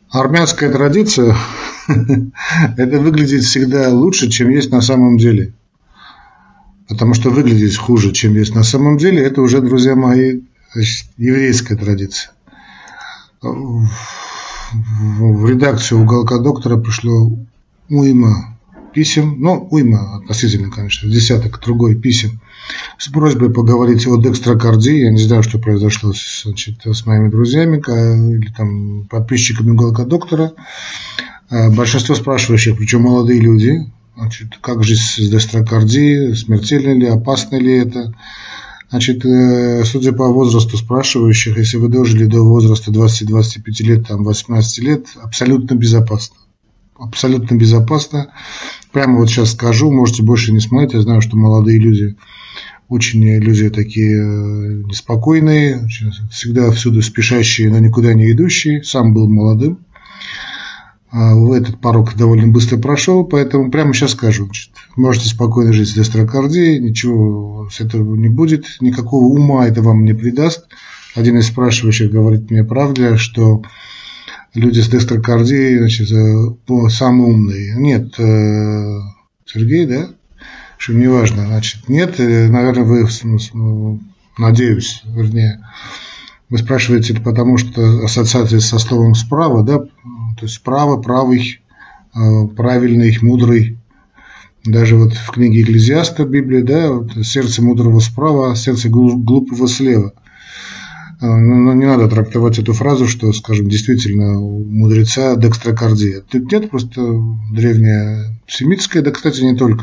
Армянская традиция это выглядит всегда лучше, чем есть на самом деле. Потому что выглядеть хуже, чем есть на самом деле, это уже, друзья мои, еврейская традиция. В редакцию «Уголка доктора» пришло уйма писем, уйма относительно, конечно, десяток другой писем, с просьбой поговорить о декстрокардии. Я не знаю, что произошло с моими друзьями или там подписчиками «Уголка доктора». Большинство спрашивающих, причем молодые люди, как жить с декстрокардией, смертельно ли, опасно ли это. Судя по возрасту спрашивающих, если вы дожили до возраста 20-25 лет, 18 лет, абсолютно безопасно. Абсолютно безопасно. Прямо вот сейчас скажу, можете больше не смотреть. Я знаю, что молодые люди, очень люди такие неспокойные, всегда всюду спешащие, но никуда не идущие. Сам был молодым. Этот порог довольно быстро прошел, поэтому прямо сейчас скажу. Можете спокойно жить с декстрокардией, ничего с этого не будет, никакого ума это вам не придаст. Один из спрашивающих говорит мне правда, что люди с декстрокардией, самые умные. Нет, Сергей, да? Что неважно. Нет, наверное, вы, надеюсь, вернее, вы спрашиваете это потому, что ассоциация со словом «справа», да? То есть справа, правый, правильный, мудрый. Даже вот в книге Экклезиаста, Библии, да, сердце мудрого справа, а сердце глупого слева. Но не надо трактовать эту фразу, что, скажем, действительно у мудреца декстрокардия. Нет, просто древняя семитская, да, кстати, не только.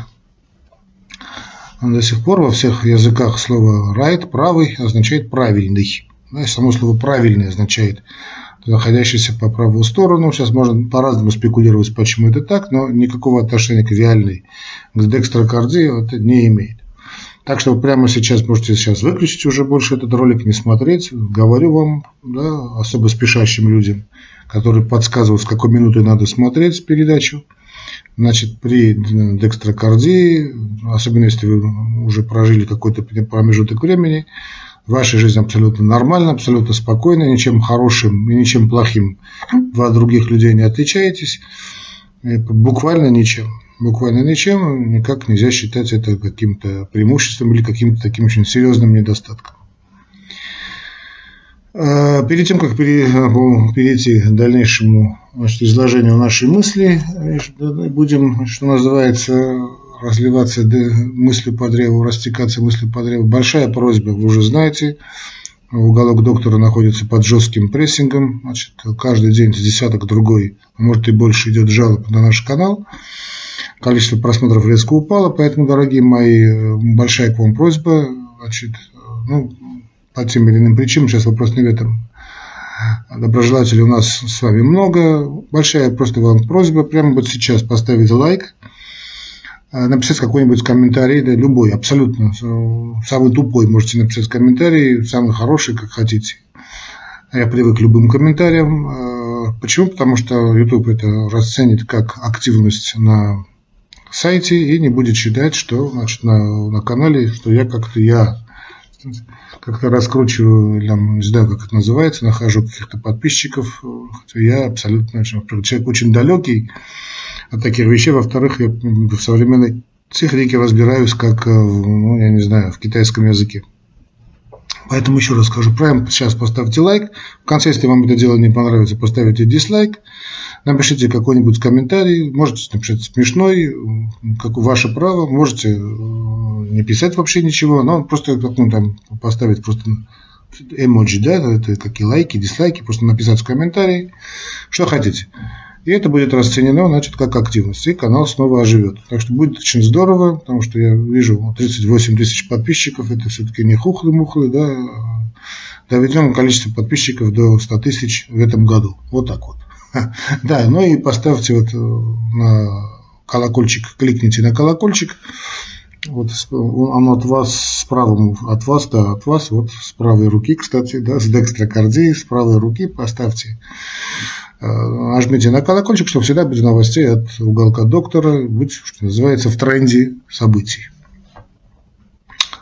До сих пор во всех языках слово «right», правый, означает правильный. Да, само слово «правильный» означает находящийся по правую сторону. Сейчас можно по-разному спекулировать, почему это так, но никакого отношения к реальной, к декстрокардии это не имеет. Так что прямо сейчас можете выключить уже больше этот ролик, не смотреть. Говорю вам, да, особо спешащим людям, которые подсказывают, с какой минуты надо смотреть передачу. При декстрокардии, особенно если вы уже прожили какой-то промежуток времени, ваша жизнь абсолютно нормальна, абсолютно спокойна, ничем хорошим и ничем плохим вы от других людей не отличаетесь. Буквально ничем. Буквально ничем, никак нельзя считать это каким-то преимуществом или каким-то таким очень серьезным недостатком. Перед тем, как перейти к дальнейшему изложению нашей мысли, будем, что называется, разливаться мыслью по древу, растекаться мыслью по древу. Большая просьба, вы уже знаете, уголок доктора находится под жестким прессингом. Каждый день с десяток другой, может и больше, идет жалоб на наш канал. Количество просмотров резко упало, поэтому, дорогие мои, большая к вам просьба, по тем или иным причинам, сейчас вопрос не в этом. Доброжелателей у нас с вами много. Большая просто вам просьба прямо вот сейчас поставить лайк, написать какой-нибудь комментарий, да, любой, абсолютно, самый тупой можете написать комментарий, самый хороший, как хотите. Я привык к любым комментариям. Почему? Потому что YouTube это расценит как активность на сайте и не будет считать, что на канале, что я как-то раскручиваю, не знаю, как это называется, нахожу каких-то подписчиков. Я абсолютно человек очень далекий от таких вещей. Во-вторых, я в современной цифрике разбираюсь, как, я не знаю, в китайском языке. Поэтому еще раз скажу, прямо сейчас поставьте лайк. В конце, если вам это дело не понравится, поставите дизлайк. Напишите какой-нибудь комментарий. Можете написать смешной, как ваше право. Можете не писать вообще ничего, но просто поставить просто эмоджи, да, это какие лайки, дизлайки, просто написать в комментарии, что хотите. И это будет расценено, как активность, и канал снова оживет. Так что будет очень здорово, потому что я вижу 38 тысяч подписчиков, это все-таки не хухлы-мухлы, да. Доведем количество подписчиков до 100 тысяч в этом году. Вот так вот. Да, и поставьте на колокольчик, кликните на колокольчик. Вот оно от вас, справа от вас, вот с правой руки, кстати, да, с декстрокардией, с правой руки поставьте. Нажмите на колокольчик, чтобы всегда быть новостей от уголка доктора, быть, что называется, в тренде событий.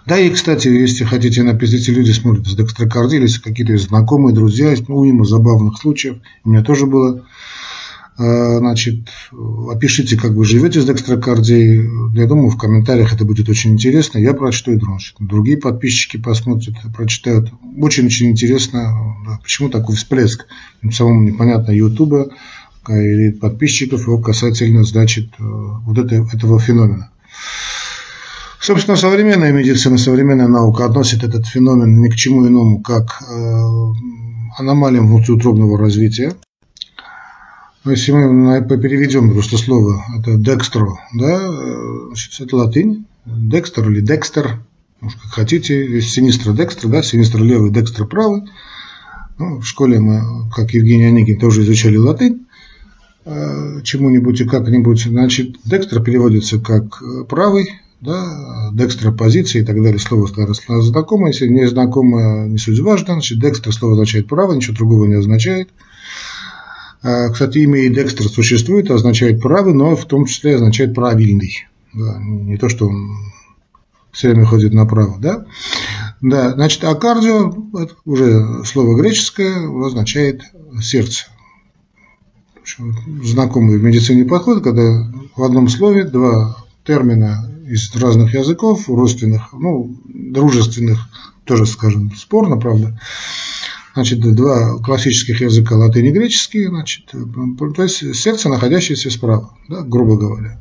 Да, и, кстати, если хотите написать, если люди смотрят с декстрокардией, если какие-то знакомые, друзья, ему забавных случаев, у меня тоже было. Значит, опишите, как вы живете с декстрокардией. Я думаю, в комментариях это будет очень интересно. Я прочту и другие подписчики посмотрят, прочитают. Очень-очень интересно, почему такой всплеск самому непонятно Ютуба или подписчиков его касательно, значит, вот этого феномена. Собственно, современная медицина, современная наука относит этот феномен ни к чему иному, как аномалиям внутриутробного развития. Если мы переведем просто слово, это декстро, да, значит, это латынь, декстер или декстер, может, как хотите, есть синистро декстер, да, синистро левый, декстер правый. Ну, в школе мы, как Евгений Онегин, тоже изучали латынь, чему-нибудь и как-нибудь. Значит, декстер переводится как правый, да, декстра позиции и так далее. Слово знакомое, если не знакомое, не суть важно. Значит, декстер слово означает правый, ничего другого не означает. Кстати, имя и декстер существует, означает правый, но в том числе означает правильный. Да, не то, что он все время ходит направо. Да? Да, значит, а кардио, это уже слово греческое, означает сердце. Знакомый в медицине подход, когда в одном слове два термина из разных языков, родственных, ну, дружественных, тоже, скажем, спорно, правда. Значит, два классических языка, латынь и греческий, значит, то есть сердце, находящееся справа, да, грубо говоря.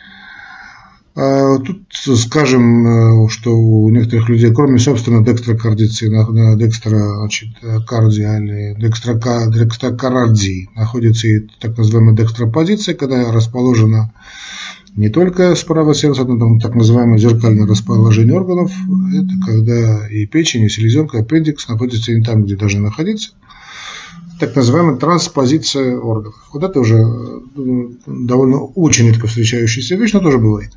Тут скажем, что у некоторых людей, кроме, собственно, декстрокардиции, декстрокардия или декстрокардии, находится и так называемая декстропозиция, когда расположена не только справа сердца, но там так называемое зеркальное расположение органов. Это когда и печень, и селезенка, и аппендикс находятся не там, где должны находиться. Так называемая транспозиция органов. Вот это уже довольно очень редко встречающаяся вещь, но тоже бывает.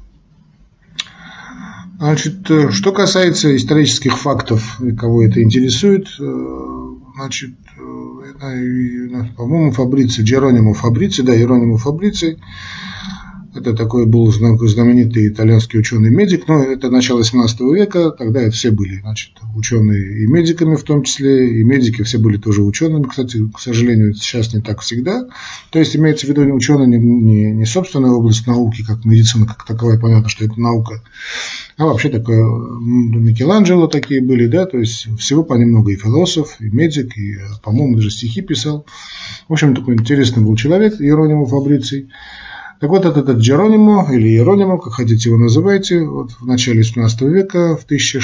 Значит, что касается исторических фактов, кого это интересует, значит, по-моему, Джеронимо Фабриций, это такой был знаменитый итальянский ученый-медик, но это начало 17 века, тогда это все были, значит, ученые и медиками в том числе, и медики все были тоже учеными, кстати, к сожалению, сейчас не так всегда. То есть имеется в виду ученые не собственная область науки, как медицина, как таковая, понятно, что это наука, а вообще такое, Микеланджело такие были, да, то есть всего понемногу и философ, и медик, и, по-моему, даже стихи писал. В общем, такой интересный был человек, Джеронимо Фабриций. Так вот, этот Джеронимо, или Иеронимо, как хотите его называйте, вот в начале 17 века, в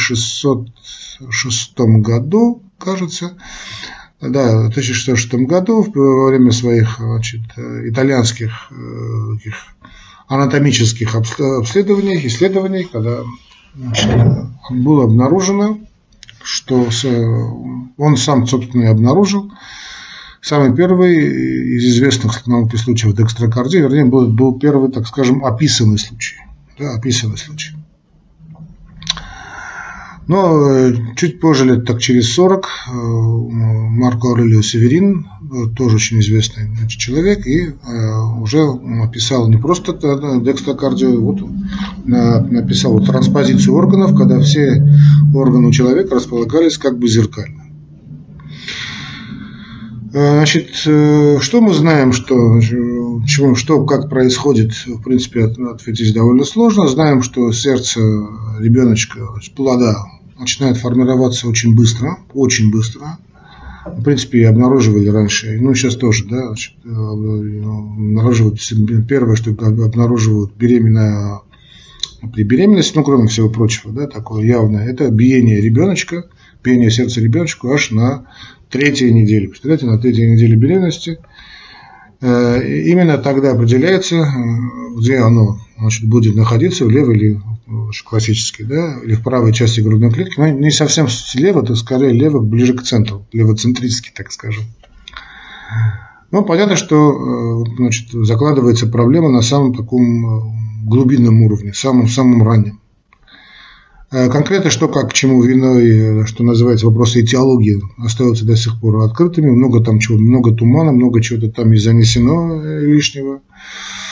1606 году, кажется, да, в 1606 году, во время своих, значит, итальянских таких анатомических исследований, когда, значит, было обнаружено, что он сам, собственно, и обнаружил, самый первый из известных науки случаев декстрокардии, вернее, был первый, так скажем, описанный случай. Да, описанный случай. Но чуть позже, лет так через 40, Марко Аурелио Северин, тоже очень известный, значит, человек, и уже описал не просто декстрокардию, вот написал транспозицию органов, когда все органы у человека располагались как бы зеркально. Значит, что мы знаем, как происходит, в принципе, ответить довольно сложно. Знаем, что сердце ребеночка, плода, начинает формироваться очень быстро. В принципе, и обнаруживали раньше, ну, сейчас тоже, да, значит, обнаруживают, первое, что обнаруживают при беременности, ну, кроме всего прочего, да, такое явное, это биение сердца ребеночку аж на 3-й неделе. Представляете, на 3-й неделе беременности именно тогда определяется, где оно, значит, будет находиться, в левой или классической, да, или в правой части грудной клетки, но не совсем слева, то скорее лево, ближе к центру, левоцентрически, так скажем. Ну, понятно, что, значит, закладывается проблема на самом таком глубинном уровне, самом раннем. Конкретно, что, как, к чему виной, что называется, вопросы этиологии остаются до сих пор открытыми. Много там чего, много тумана, много чего-то там и занесено лишнего.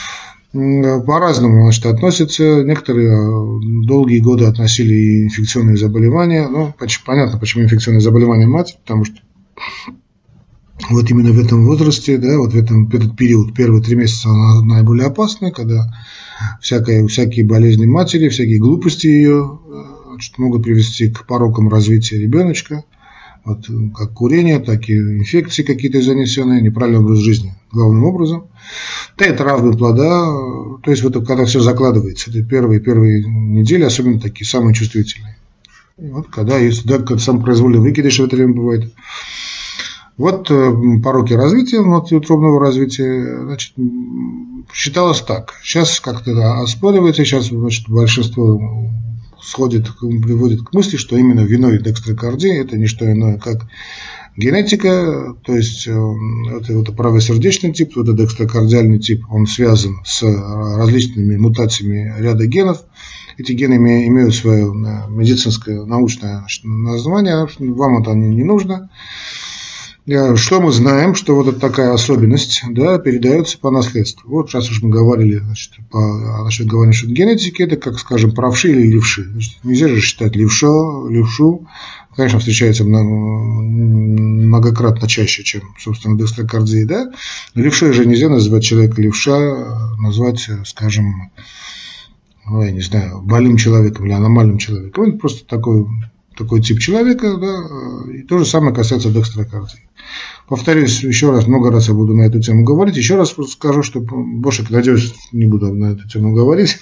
по-разному, значит, относятся. Некоторые долгие годы относили и инфекционные заболевания. Ну, понятно, почему инфекционные заболевания мать, потому что вот именно в этом возрасте, да, вот в этот период, первые 3 месяца наиболее опасны, когда всякие болезни матери, всякие глупости ее, значит, могут привести к порокам развития ребеночка, вот, как курение, так и инфекции какие-то занесенные, неправильный образ жизни главным образом. Да и травмы плода, то есть вот когда все закладывается, это первые недели, особенно такие самые чувствительные. И вот когда есть, да, как самопроизвольный выкидыш в это время бывает. Вот пороки развития, внутриутробного развития, значит, считалось так. Сейчас как-то оспоривается, сейчас, значит, большинство приводит к мысли, что именно виной декстрокардии это не что иное, как генетика, то есть это правосердечный тип, это декстрокардиальный тип, он связан с различными мутациями ряда генов. Эти гены имеют свое медицинское научное название, вам это не нужно. Что мы знаем, что вот эта такая особенность, да, передается по наследству. Вот раз уж мы говорили, значит, насчет генетики, это как, скажем, правши или левши. Значит, нельзя же считать левшу, конечно, встречается многократно чаще, чем, собственно, декстрокардия, да. Но левшой же нельзя назвать человека левша, назвать, скажем, ну, я не знаю, больным человеком или аномальным человеком. Это просто такой тип человека, да, и то же самое касается декстрокардии. Повторюсь еще раз, много раз я буду на эту тему говорить. Еще раз скажу, что больше, надеюсь, не буду на эту тему говорить.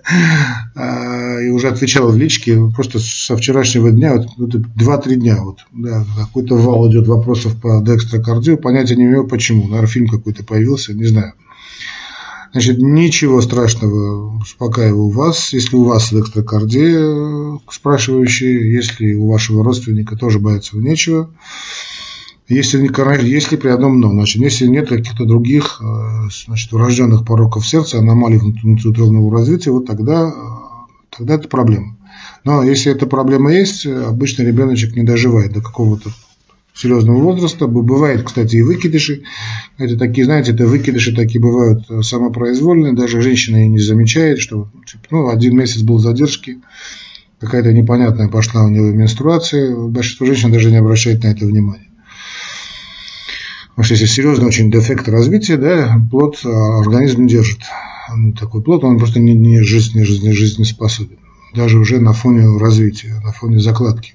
И уже отвечал в личке. Просто со вчерашнего дня, 2-3 дня, какой-то вал идет вопросов по декстрокардии. Понятия не имею, почему. Наверное, фильм какой-то появился, не знаю. Значит, ничего страшного, успокаиваю вас. Если у вас декстрокардия, спрашивающие, если у вашего родственника, тоже бояться нечего. Если при одном но, значит, если нет каких-то других, значит, врожденных пороков сердца, аномалий внутриутробного развития, вот тогда это проблема. Но если эта проблема есть, обычно ребеночек не доживает до какого-то серьезного возраста. Бывает, кстати, и выкидыши. Это такие, знаете, это выкидыши такие бывают самопроизвольные. Даже женщина и не замечает, что 1 месяц был задержки, какая-то непонятная пошла у него менструация. Большинство женщин даже не обращает на это внимания. Потому что если серьезный очень дефект развития, да, плод организм не держит. Такой плод, он просто не жизнеспособен. Даже уже на фоне развития, на фоне закладки.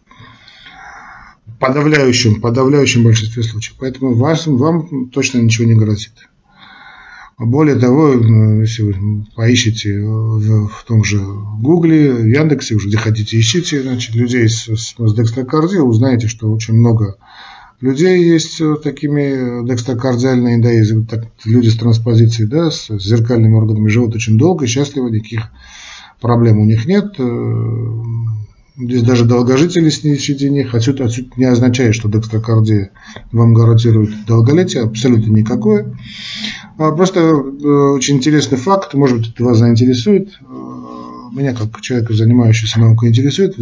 В подавляющем большинстве случаев. Поэтому вам точно ничего не грозит. Более того, если вы поищете в том же Гугле, в Яндексе, уже где хотите ищите, значит, людей с декстрокардией, узнаете, что очень много людей есть такими декстрокардиальные, да, люди с транспозицией, да, с зеркальными органами живут очень долго, счастливы, никаких проблем у них нет. Здесь даже долгожители среди них. Отсюда не означает, что декстрокардия вам гарантирует долголетие, абсолютно никакое. Просто очень интересный факт, может быть, это вас заинтересует. Меня, как человека, занимающегося наукой, интересует. В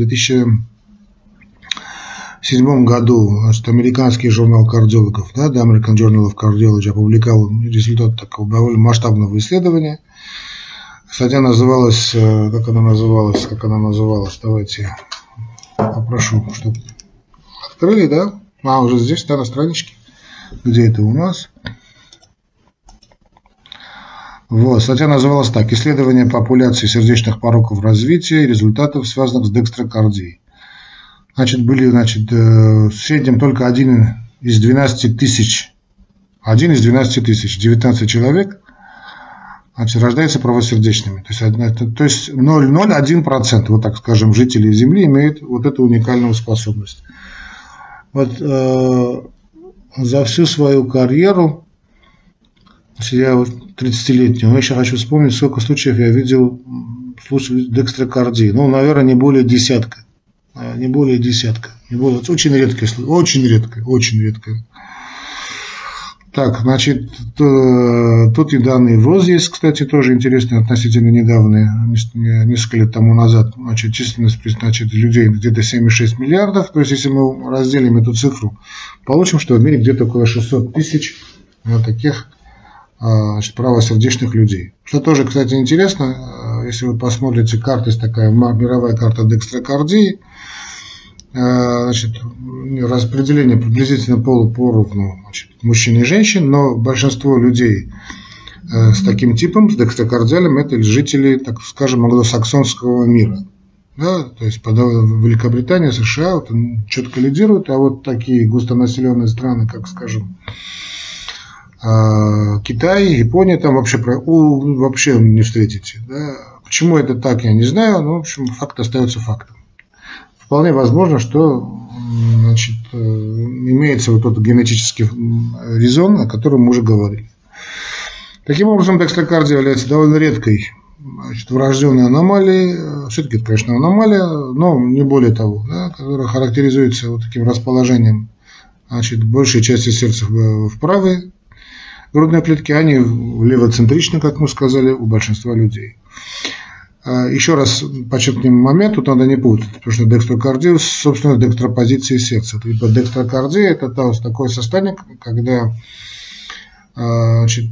2007 году, значит, американский журнал кардиологов, да, The American Journal of Cardiology, опубликовал результат такого довольно масштабного исследования. Статья называлась, как она называлась, давайте попрошу, чтобы открыли, да? Уже здесь, да, на страничке. Где это у нас? Вот, статья называлась так: исследование популяции сердечных пороков развития и результатов, связанных с декстрокардией. Значит, в среднем только 1 из 12 тысяч, 19 человек, значит, рождается правосердечными. То есть 0,01%, вот так скажем, жителей Земли имеют вот эту уникальную способность. Вот за всю свою карьеру, я 30-летний, я еще хочу вспомнить, сколько случаев я видел случаев декстрокардии. Наверное, не более десятка. Очень редкое. Так, значит, тут и данные ВОЗ есть, кстати, тоже интересные, относительно недавние, несколько лет тому назад. Значит, численность, значит, людей где-то 7,6 миллиардов. То есть, если мы разделим эту цифру, получим, что в мире где-то около 600 тысяч таких значит, правосердечных людей. Что тоже, кстати, интересно, если вы посмотрите карты, есть такая мировая карта декстрокардии, значит, распределение приблизительно поровну, значит, мужчин и женщин, но большинство людей с таким типом, с декстрокардиалем, это жители, так скажем, англосаксонского мира. Да, то есть Великобритания, США вот, четко лидируют, а вот такие густонаселенные страны, как, скажем, Китай, Япония, там вообще не встретите. Да. Почему это так, я не знаю, но, в общем, факт остается фактом. Вполне возможно, что, значит, имеется вот тот генетический резон, о котором мы уже говорили. Таким образом, декстрокардия является довольно редкой, значит, врожденной аномалией. Все-таки это, конечно, аномалия, но не более того, да, которая характеризуется вот таким расположением, значит, большей части сердца в правой грудной клетке, а не левоцентрично, как мы сказали, у большинства людей. Еще раз подчеркнем момент, тут надо не путать, потому что декстрокардия, собственно, декстропозиции сердца. Декстрокардия – это такое состояние, когда, значит,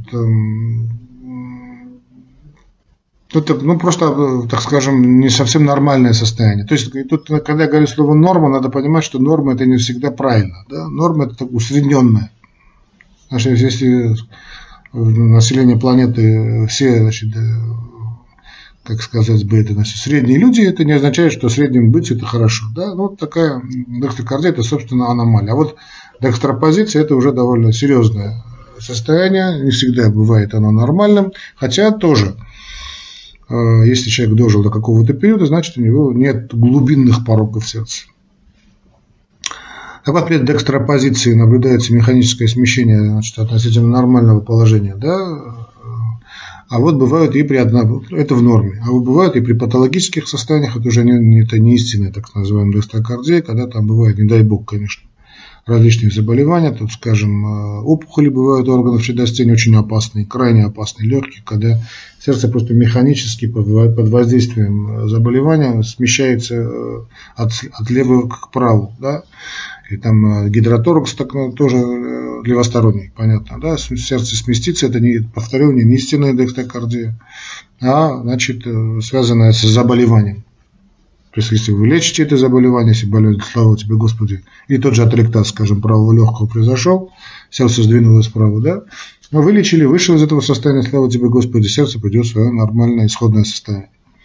это, ну, просто, так скажем, не совсем нормальное состояние. То есть, тут, когда я говорю слово норма, надо понимать, что норма – это не всегда правильно. Да? Норма – это так усредненная. Значит, если население планеты все, значит, как сказать бы, это, значит, средние люди, это не означает, что в среднем быть это хорошо. Да? Ну, вот такая декстрокардия – это, собственно, аномалия. А вот декстропозиция – это уже довольно серьезное состояние. Не всегда бывает оно нормальным, хотя тоже, если человек дожил до какого-то периода, значит, у него нет глубинных пороков сердца. Так вот, при декстропозиции наблюдается механическое смещение, значит, относительно нормального положения, да, а вот бывают и при это в норме, а вот бывают и при патологических состояниях, это уже это не истинная, так называемая декстрокардия, когда там бывает, не дай бог, конечно, различные заболевания, тут, скажем, опухоли бывают органов чередостения очень опасные, крайне опасные, легкие, когда сердце просто механически под воздействием заболевания смещается от левого к праву, да. И там гидроторакс тоже левосторонний, понятно, да, сердце сместится, это не, повторю, не истинная декстрокардия, а, значит, связанная с заболеванием. То есть, если вы лечите это заболевание, если болезнь, слава тебе, Господи, и тот же атректаз, скажем, правого легкого произошел, сердце сдвинулось вправо, да, но вы лечили, вышел из этого состояния, слава тебе, Господи, сердце придет в свое нормальное исходное состояние.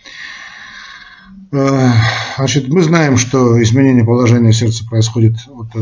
Значит, мы знаем, что изменение положения сердца происходит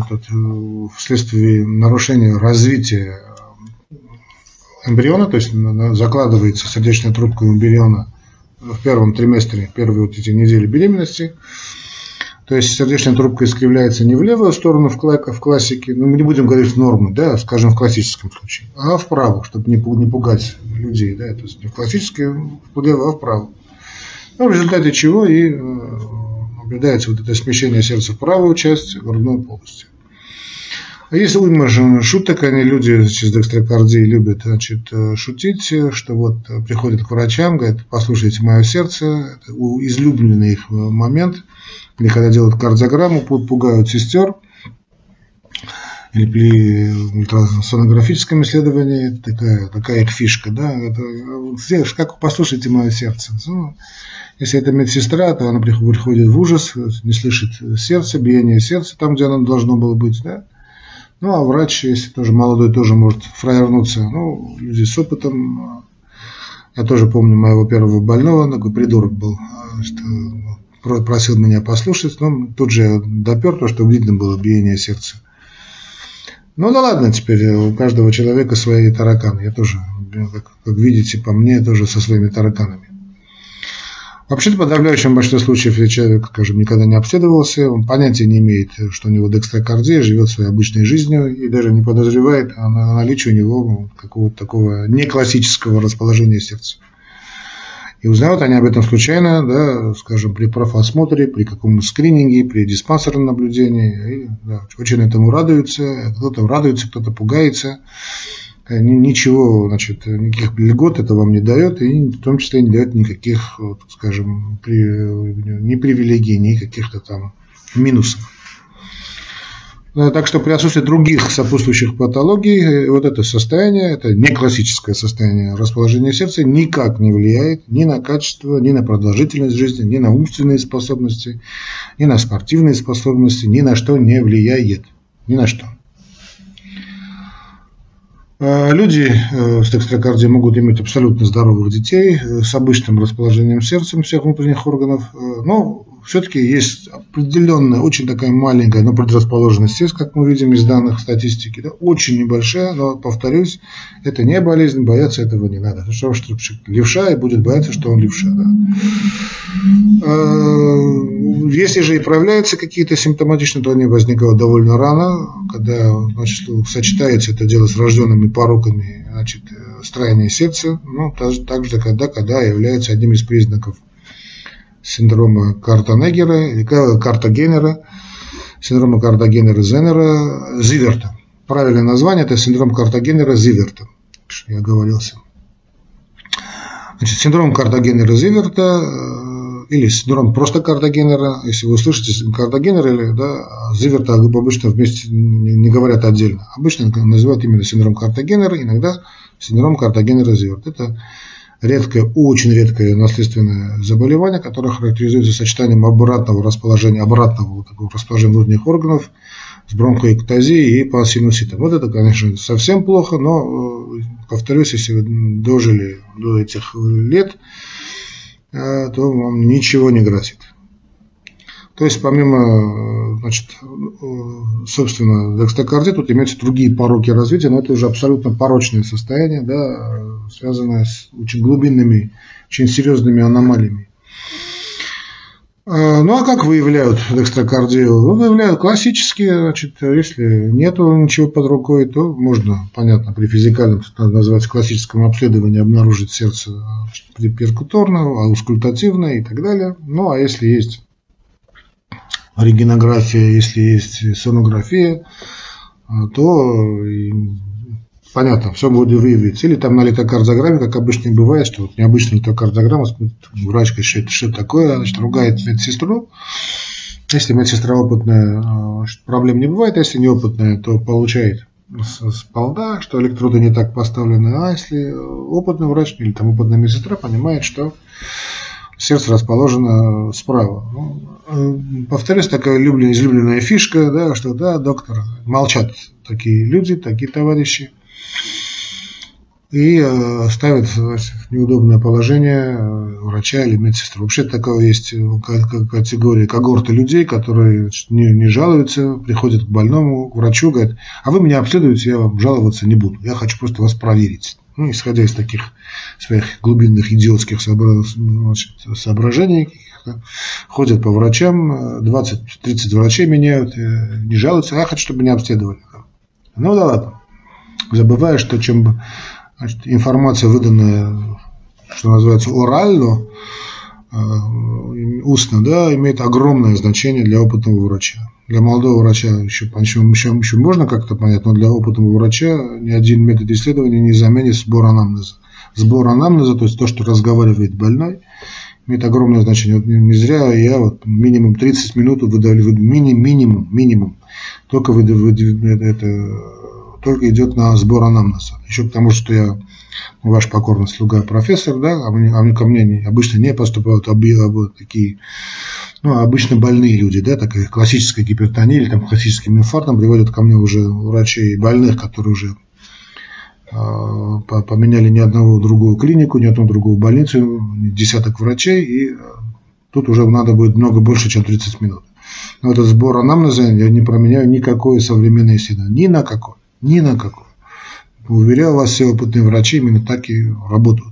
вследствие нарушения развития эмбриона, то есть закладывается сердечная трубка эмбриона в первом триместре, первые вот эти недели беременности. То есть сердечная трубка искривляется не в левую сторону в классике, но мы не будем говорить в норму, да, скажем, в классическом случае, а вправо, чтобы не пугать людей, да, то есть не в классическом влево, а вправо. Ну, в результате чего и наблюдается вот это смещение сердца в правую часть грудной полости. А если уйма шуток, они люди с декстрокардией любят, значит, шутить, что вот приходят к врачам, говорят, послушайте мое сердце, это излюбленный их момент, или когда делают кардиограмму, пугают сестер, или при ульттрасонографическом исследовании, такая их фишка, да, это, как послушайте мое сердце. Ну, если это медсестра, то она приходит в ужас, не слышит сердце, биение сердца там, где оно должно было быть, да. Ну, а врач, если тоже молодой, тоже может фраернуться. Ну, люди с опытом. Я тоже помню моего первого больного, такой придурок был, что просил меня послушать, но тут же допер то, что видно было биение сердца. Ну да ладно, теперь у каждого человека свои тараканы. Я тоже, как видите, по мне, тоже со своими тараканами. Вообще-то, в подавляющем большинстве случаев, если человек, скажем, никогда не обследовался, он понятия не имеет, что у него декстрокардия, живет своей обычной жизнью и даже не подозревает о наличии у него какого-то такого неклассического расположения сердца. И узнают они об этом случайно, да, скажем, при профосмотре, при каком-то скрининге, при диспансерном наблюдении. И, да, очень этому радуются, кто-то пугается. Ничего, значит, никаких льгот это вам не дает, и в том числе не дает никаких, скажем, ни привилегий, ни каких-то там минусов. Так что при отсутствии других сопутствующих патологий, вот это состояние, это не классическое состояние расположения сердца, никак не влияет ни на качество, ни на продолжительность жизни, ни на умственные способности, ни на спортивные способности, ни на что не влияет. Ни на что. Люди с декстрокардией могут иметь абсолютно здоровых детей с обычным расположением сердца всех внутренних органов, но все-таки есть определенная, очень такая маленькая, но предрасположенность сердца, как мы видим из данных статистики, да, очень небольшая, но, повторюсь, это не болезнь, бояться этого не надо. Что левша и будет бояться, что он левша. Да. Если же и проявляются какие-то симптоматичные, то они возникают довольно рано, когда, значит, сочетается это дело с врожденными пороками, значит, строения сердца, ну, также когда является одним из признаков синдрома Картагенера, синдрома Картагенера-Зиверта. Правильное название – это синдром Картагенера-Зиверта. Я оговорился. Значит, синдром Картагенера-Зиверта или синдром просто Картагенера, если вы услышите Картагенера или Зиверта, обычно вместе не говорят отдельно. Обычно называют именно синдром Картагенера, иногда синдром Картагенера-Зиверта. Это редкое, очень редкое наследственное заболевание, которое характеризуется сочетанием обратного расположения внутренних органов с бронхоэктазией и пансинуситом. Вот это, конечно, совсем плохо, но, повторюсь, если вы дожили до этих лет, то вам ничего не грозит. То есть, помимо, значит, собственно, декстрокардии, тут имеются другие пороки развития, но это уже абсолютно порочное состояние, да, связанное с очень глубинными, очень серьезными аномалиями. Ну, а как выявляют декстрокардию? Выявляют классически, значит, если нету ничего под рукой, то можно, понятно, при физикальном, что надо называть классическом обследовании, обнаружить сердце перкуторное, аускультативное и так далее. Ну, а если есть рентгенография, если есть сонография, то понятно, все будет выявиться. Или там на литокардиограмме, как обычно бывает, что вот необычная литокардиограмма, врач говорит, что это такое, значит, ругает медсестру. Если медсестра опытная, проблем не бывает, если неопытная, то получает с полда, что электроды не так поставлены, а если опытный врач или там опытная медсестра понимает, что сердце расположено справа. Ну, повторюсь, такая излюбленная фишка, да, что да, доктор, молчат такие люди, такие товарищи, и ставят в неудобное положение врача или медсестру. Вообще такое есть категория, когорта людей, которые не жалуются, приходят к больному, к врачу, говорят, а вы меня обследуете, я вам жаловаться не буду, я хочу просто вас проверить. Ну, исходя из таких своих глубинных идиотских соображений, ходят по врачам, 20-30 врачей меняют, не жалуются, я хочу, чтобы меня обследовали. Ну да ладно. Забывая, что чем информация, выданная, что называется, орально, устно, да, имеет огромное значение для опытного врача. Для молодого врача еще можно как-то понять, но для опытного врача ни один метод исследования не заменит сбор анамнеза. Сбор анамнеза, то есть то, что разговаривает больной, имеет огромное значение. Вот не зря я вот минимум 30 минут выдавливаю, минимум, только идет на сбор анамнеза. Еще потому, что я ваш покорный слуга профессор, да, ко мне обычно не поступают такие, ну, обычно больные люди, да, такая классическая гипертония или там классическим инфарктом приводят ко мне уже врачей больных, которые уже поменяли ни одного другую клинику, ни одну другую больницу, десяток врачей, и тут уже надо будет много больше, чем 30 минут. Но этот сбор анамнеза я не променяю никакое современное исследование, ни на какое. Уверяю вас, все опытные врачи именно так и работают.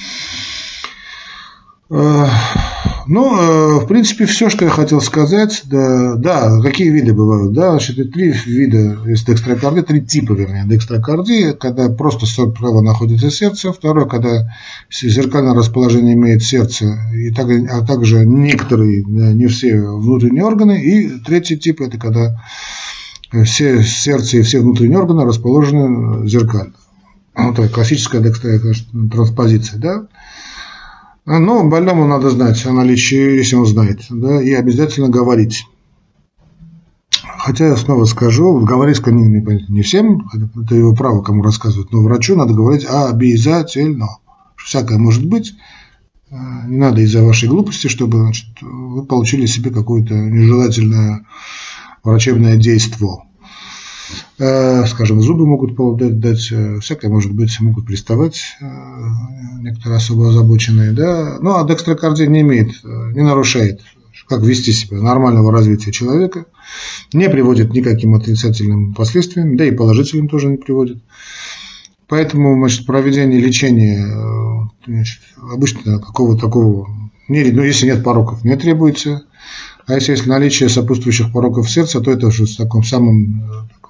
Ну, в принципе, все, что я хотел сказать. Да, какие виды бывают? Да, значит, 3 вида декстрокардии, 3 типа, вернее, декстрокардии, когда просто справа находится сердце, второе, когда зеркальное расположение имеет сердце, а также некоторые, не все внутренние органы, и третий тип, это когда все сердце и все внутренние органы расположены зеркально. Вот это классическая транспозиция, да. Но больному надо знать о наличии, если он знает, да, и обязательно говорить. Хотя я снова скажу, говорить не всем, это его право, кому рассказывать, но врачу надо говорить обязательно. Всякое может быть. Не надо из-за вашей глупости, чтобы, значит, вы получили себе какое-то нежелательное врачебное действие. Скажем, зубы могут дать, всякое может быть, могут приставать некоторые особо озабоченные, да. Ну, а декстрокардия не нарушает, как вести себя, нормального развития человека, не приводит к никаким отрицательным последствиям, да и положительным тоже не приводит. Поэтому, значит, проведение лечения, значит, обычно какого-то такого, если нет пороков, не требуется. А если есть наличие сопутствующих пороков сердца, то это уже в таком самом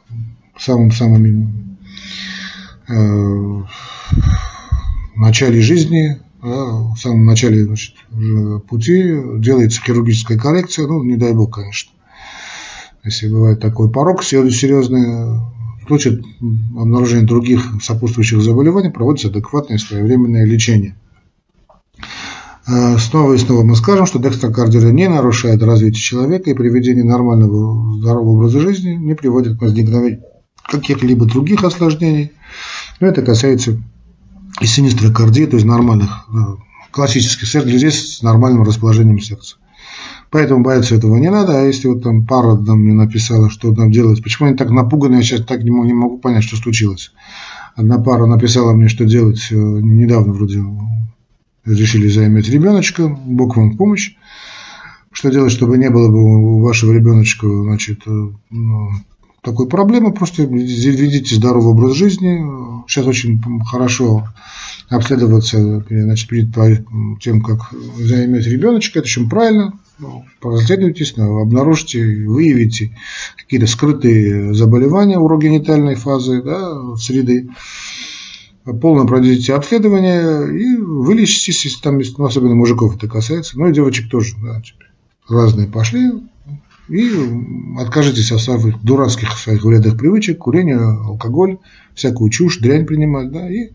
начале жизни, в самом начале, значит, пути делается хирургическая коррекция, не дай бог, конечно. Если бывает такой порок серьезный, в случае обнаружения других сопутствующих заболеваний проводится адекватное своевременное лечение. Снова и снова мы скажем, что декстрокардия не нарушает развитие человека и при ведении нормального здорового образа жизни не приводит к возникновению каких-либо других осложнений. Но это касается и синистрой кардии, то есть нормальных, классических людей с нормальным расположением сердца. Поэтому бояться этого не надо. А если вот там пара мне написала, что нам делать, почему они так напуганы, я сейчас так не могу понять, что случилось. Одна пара написала мне, что делать, недавно вроде решили заиметь ребеночка, Бог вам в помощь. Что делать, чтобы не было бы у вашего ребеночка, значит, такой проблемы, просто ведите здоровый образ жизни. Сейчас очень хорошо обследоваться, значит, перед тем, как заиметь ребеночка, это очень правильно. Проследуйтесь, обнаружите, выявите какие-то скрытые заболевания урогенитальной фазы, да, среды. Полно пройдите обследование и вылечитесь, если там, особенно мужиков это касается, и девочек тоже, да, разные пошли, и откажитесь от своих дурацких своих вредных привычек, курения, алкоголь, всякую чушь, дрянь принимать, да, и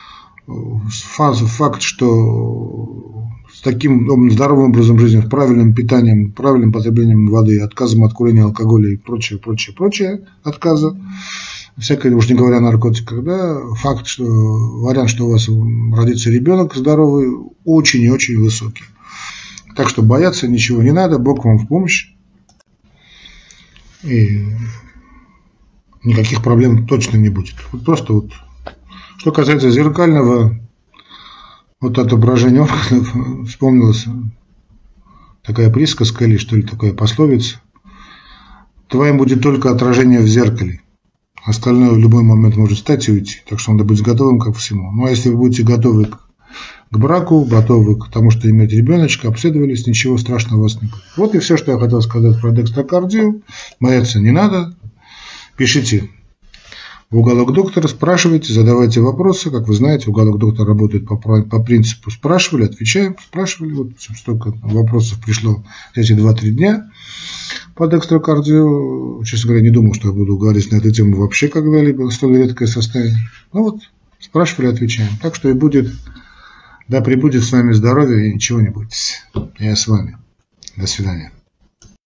факт, что с таким здоровым образом жизни, правильным питанием, правильным потреблением воды, отказом от курения, алкоголя и прочее отказа, всякое, уж не говоря о наркотиках, да, факт, что вариант, что у вас родится ребенок здоровый, очень и очень высокий. Так что бояться ничего не надо, Бог вам в помощь. И никаких проблем точно не будет. Просто что касается зеркального отображения органов, вспомнилась такая присказка или что ли такая пословица: твоим будет только отражение в зеркале. Остальное в любой момент может встать и уйти. Так что надо быть готовым ко всему. Ну а если вы будете готовы к браку, готовы к тому, что иметь ребеночка, обследовались, ничего страшного у вас не будет. Вот и все, что я хотел сказать про декстрокардию. Бояться не надо. Пишите в уголок доктора, спрашивайте, задавайте вопросы. Как вы знаете, уголок доктора работает по принципу спрашивали, отвечаем, спрашивали. Вот столько вопросов пришло эти 2-3 дня по декстрокардию. Честно говоря, не думал, что я буду говорить на эту тему вообще когда-либо. Столь редкое состояние. Ну вот, спрашивали, отвечаем. Так что и будет, да пребудет с вами здоровье, и ничего не бойтесь. Я с вами. До свидания.